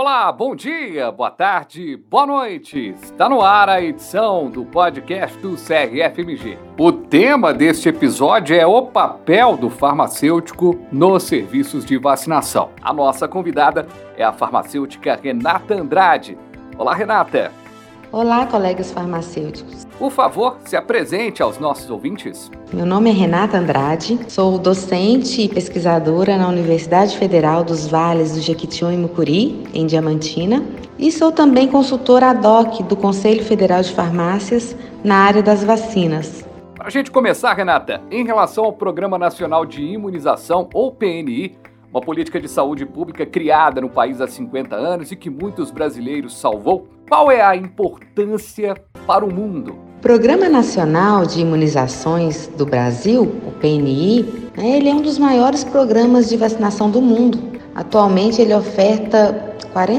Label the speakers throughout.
Speaker 1: Olá, bom dia, boa tarde, boa noite. Está no ar a edição do podcast do CRFMG. O tema deste episódio é o papel do farmacêutico nos serviços de vacinação. A nossa convidada é a farmacêutica Renata Andrade. Olá, Renata.
Speaker 2: Olá, colegas farmacêuticos.
Speaker 1: Por favor, se apresente aos nossos ouvintes.
Speaker 2: Meu nome é Renata Andrade, sou docente e pesquisadora na Universidade Federal dos Vales do Jequitinhonha e Mucuri, em Diamantina, e sou também consultora ad hoc do Conselho Federal de Farmácias na área das vacinas.
Speaker 1: Para a gente começar, Renata, em relação ao Programa Nacional de Imunização, ou PNI, uma política de saúde pública criada no país há 50 anos e que muitos brasileiros salvou, qual é a importância para o mundo?
Speaker 2: O Programa Nacional de Imunizações do Brasil, o PNI, ele é um dos maiores programas de vacinação do mundo. Atualmente ele oferta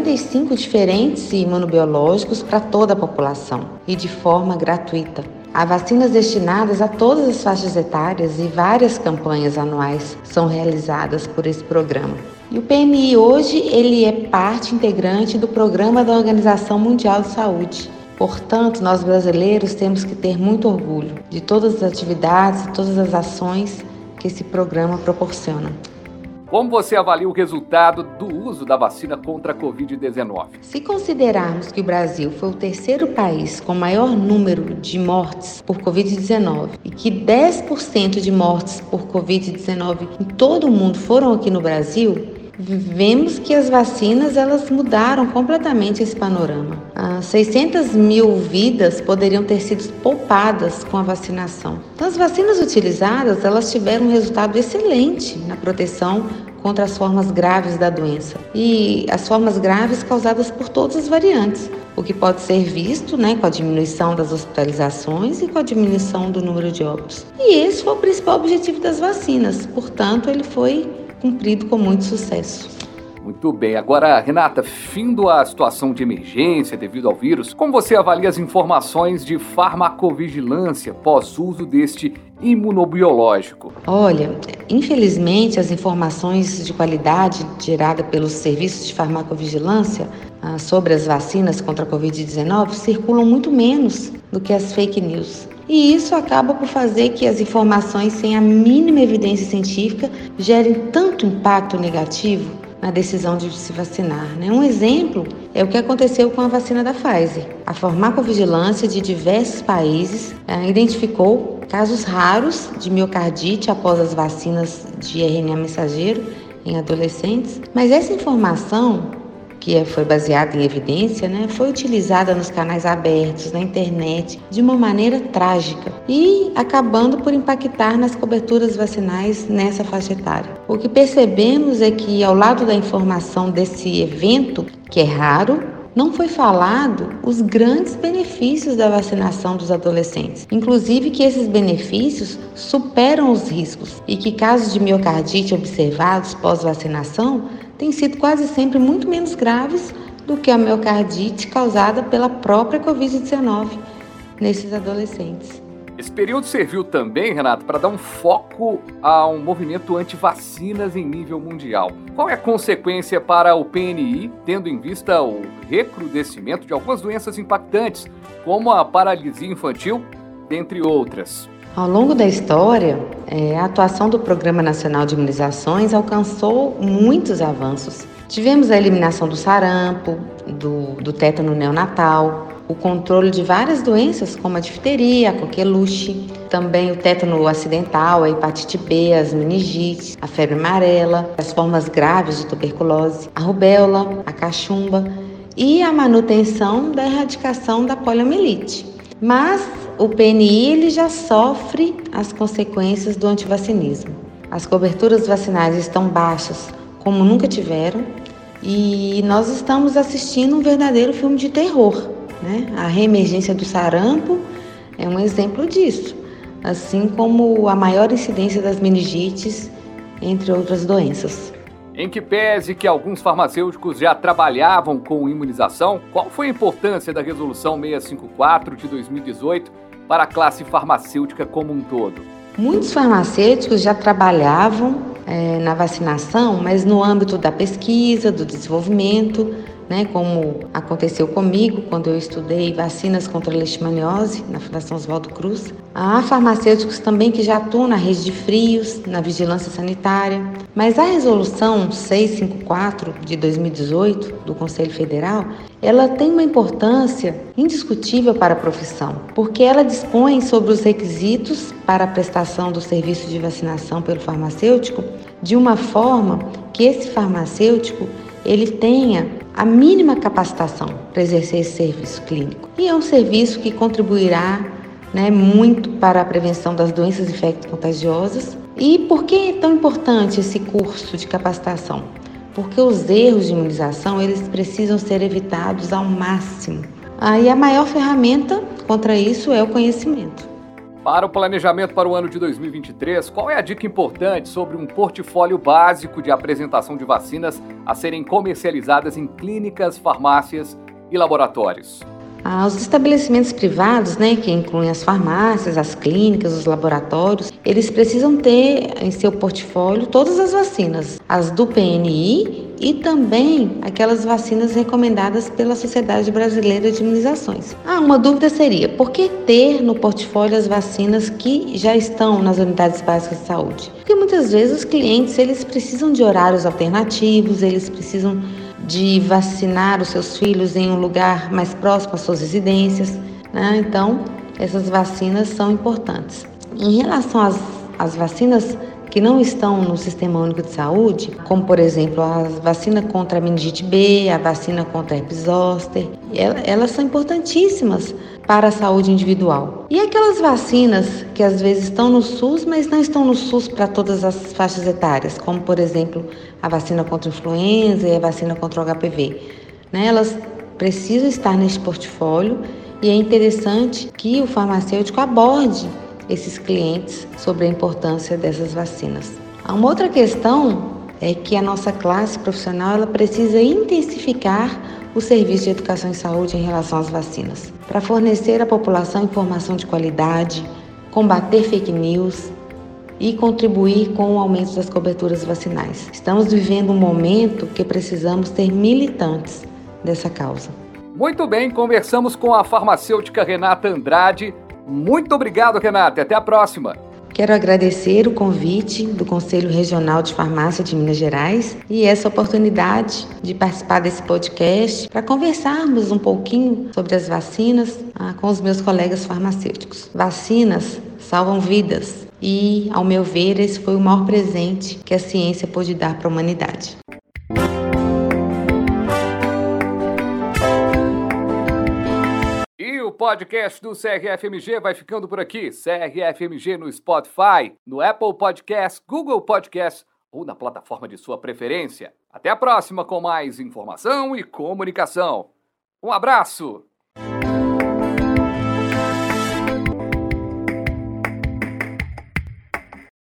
Speaker 2: 45 diferentes imunobiológicos para toda a população e de forma gratuita. Há vacinas destinadas a todas as faixas etárias e várias campanhas anuais são realizadas por esse programa. E o PNI hoje ele é parte integrante do Programa da Organização Mundial de Saúde. Portanto, nós brasileiros temos que ter muito orgulho de todas as atividades e todas as ações que esse programa proporciona.
Speaker 1: Como você avalia o resultado do uso da vacina contra a Covid-19?
Speaker 2: Se considerarmos que o Brasil foi o terceiro país com maior número de mortes por Covid-19 e que 10% de mortes por Covid-19 em todo o mundo foram aqui no Brasil, vemos que as vacinas elas mudaram completamente esse panorama. 600 mil vidas poderiam ter sido poupadas com a vacinação. Então, as vacinas utilizadas elas tiveram um resultado excelente na proteção contra as formas graves da doença e as formas graves causadas por todas as variantes, o que pode ser visto com a diminuição das hospitalizações e com a diminuição do número de óbitos. E esse foi o principal objetivo das vacinas, portanto, ele foi cumprido com muito sucesso.
Speaker 1: Muito bem. Agora, Renata, findo a situação de emergência devido ao vírus, como você avalia as informações de farmacovigilância pós-uso deste imunobiológico?
Speaker 2: Olha, infelizmente as informações de qualidade geradas pelos serviços de farmacovigilância sobre as vacinas contra a Covid-19 circulam muito menos do que as fake news. E isso acaba por fazer que as informações sem a mínima evidência científica gerem tanto impacto negativo na decisão de se vacinar. Um exemplo é o que aconteceu com a vacina da Pfizer. A farmacovigilância de diversos países identificou casos raros de miocardite após as vacinas de RNA mensageiro em adolescentes, mas essa informação que foi baseada em evidência, foi utilizada nos canais abertos, na internet, de uma maneira trágica e acabando por impactar nas coberturas vacinais nessa faixa etária. O que percebemos é que, ao lado da informação desse evento, que é raro, não foi falado os grandes benefícios da vacinação dos adolescentes, inclusive que esses benefícios superam os riscos e que casos de miocardite observados pós-vacinação têm sido quase sempre muito menos graves do que a miocardite causada pela própria Covid-19 nesses adolescentes.
Speaker 1: Esse período serviu também, Renato, para dar um foco a um movimento anti-vacinas em nível mundial. Qual é a consequência para o PNI, tendo em vista o recrudescimento de algumas doenças impactantes, como a paralisia infantil, dentre outras?
Speaker 2: Ao longo da história, a atuação do Programa Nacional de Imunizações alcançou muitos avanços. Tivemos a eliminação do sarampo, do tétano neonatal, o controle de várias doenças como a difteria, a coqueluche, também o tétano acidental, a hepatite B, as meningites, a febre amarela, as formas graves de tuberculose, a rubéola, a cachumba e a manutenção da erradicação da poliomielite. Mas o PNI ele já sofre as consequências do antivacinismo. As coberturas vacinais estão baixas como nunca tiveram e nós estamos assistindo um verdadeiro filme de terror. A reemergência do sarampo é um exemplo disso, assim como a maior incidência das meningites, entre outras doenças.
Speaker 1: Em que pese que alguns farmacêuticos já trabalhavam com imunização, qual foi a importância da Resolução 654 de 2018 para a classe farmacêutica como um todo?
Speaker 2: Muitos farmacêuticos já trabalhavam na vacinação, mas no âmbito da pesquisa, do desenvolvimento né, como aconteceu comigo quando eu estudei vacinas contra a leishmaniose na Fundação Oswaldo Cruz. Há farmacêuticos também que já atuam na rede de frios, na vigilância sanitária, mas a resolução 654 de 2018 do Conselho Federal, ela tem uma importância indiscutível para a profissão, porque ela dispõe sobre os requisitos para a prestação do serviço de vacinação pelo farmacêutico de uma forma que esse farmacêutico ele tenha a mínima capacitação para exercer esse serviço clínico. E é um serviço que contribuirá, muito para a prevenção das doenças infecto-contagiosas. E por que é tão importante esse curso de capacitação? Porque os erros de imunização, eles precisam ser evitados ao máximo. E a maior ferramenta contra isso é o conhecimento.
Speaker 1: Para o planejamento para o ano de 2023, qual é a dica importante sobre um portfólio básico de apresentação de vacinas a serem comercializadas em clínicas, farmácias e laboratórios?
Speaker 2: Os estabelecimentos privados, que incluem as farmácias, as clínicas, os laboratórios, eles precisam ter em seu portfólio todas as vacinas, as do PNI e também aquelas vacinas recomendadas pela Sociedade Brasileira de Imunizações. Uma dúvida seria, por que ter no portfólio as vacinas que já estão nas unidades básicas de saúde? Porque muitas vezes os clientes, eles precisam de horários alternativos, eles precisam de vacinar os seus filhos em um lugar mais próximo às suas residências, Então, essas vacinas são importantes. Em relação às vacinas que não estão no Sistema Único de Saúde, como, por exemplo, a vacina contra a meningite B, a vacina contra a herpes zoster, elas são importantíssimas para a saúde individual. E aquelas vacinas que às vezes estão no SUS, mas não estão no SUS para todas as faixas etárias, como, por exemplo, a vacina contra a influenza e a vacina contra o HPV. Elas precisam estar neste portfólio e é interessante que o farmacêutico aborde esses clientes sobre a importância dessas vacinas. Uma outra questão é que a nossa classe profissional ela precisa intensificar o serviço de educação em saúde em relação às vacinas, para fornecer à população informação de qualidade, combater fake news e contribuir com o aumento das coberturas vacinais. Estamos vivendo um momento que precisamos ter militantes dessa causa.
Speaker 1: Muito bem, conversamos com a farmacêutica Renata Andrade. Muito obrigado, Renata. Até a próxima.
Speaker 2: Quero agradecer o convite do Conselho Regional de Farmácia de Minas Gerais e essa oportunidade de participar desse podcast para conversarmos um pouquinho sobre as vacinas com os meus colegas farmacêuticos. Vacinas salvam vidas e, ao meu ver, esse foi o maior presente que a ciência pôde dar para a humanidade.
Speaker 1: O podcast do CRFMG vai ficando por aqui. CRFMG no Spotify, no Apple Podcast, Google Podcast ou na plataforma de sua preferência. Até a próxima com mais informação e comunicação. Um abraço!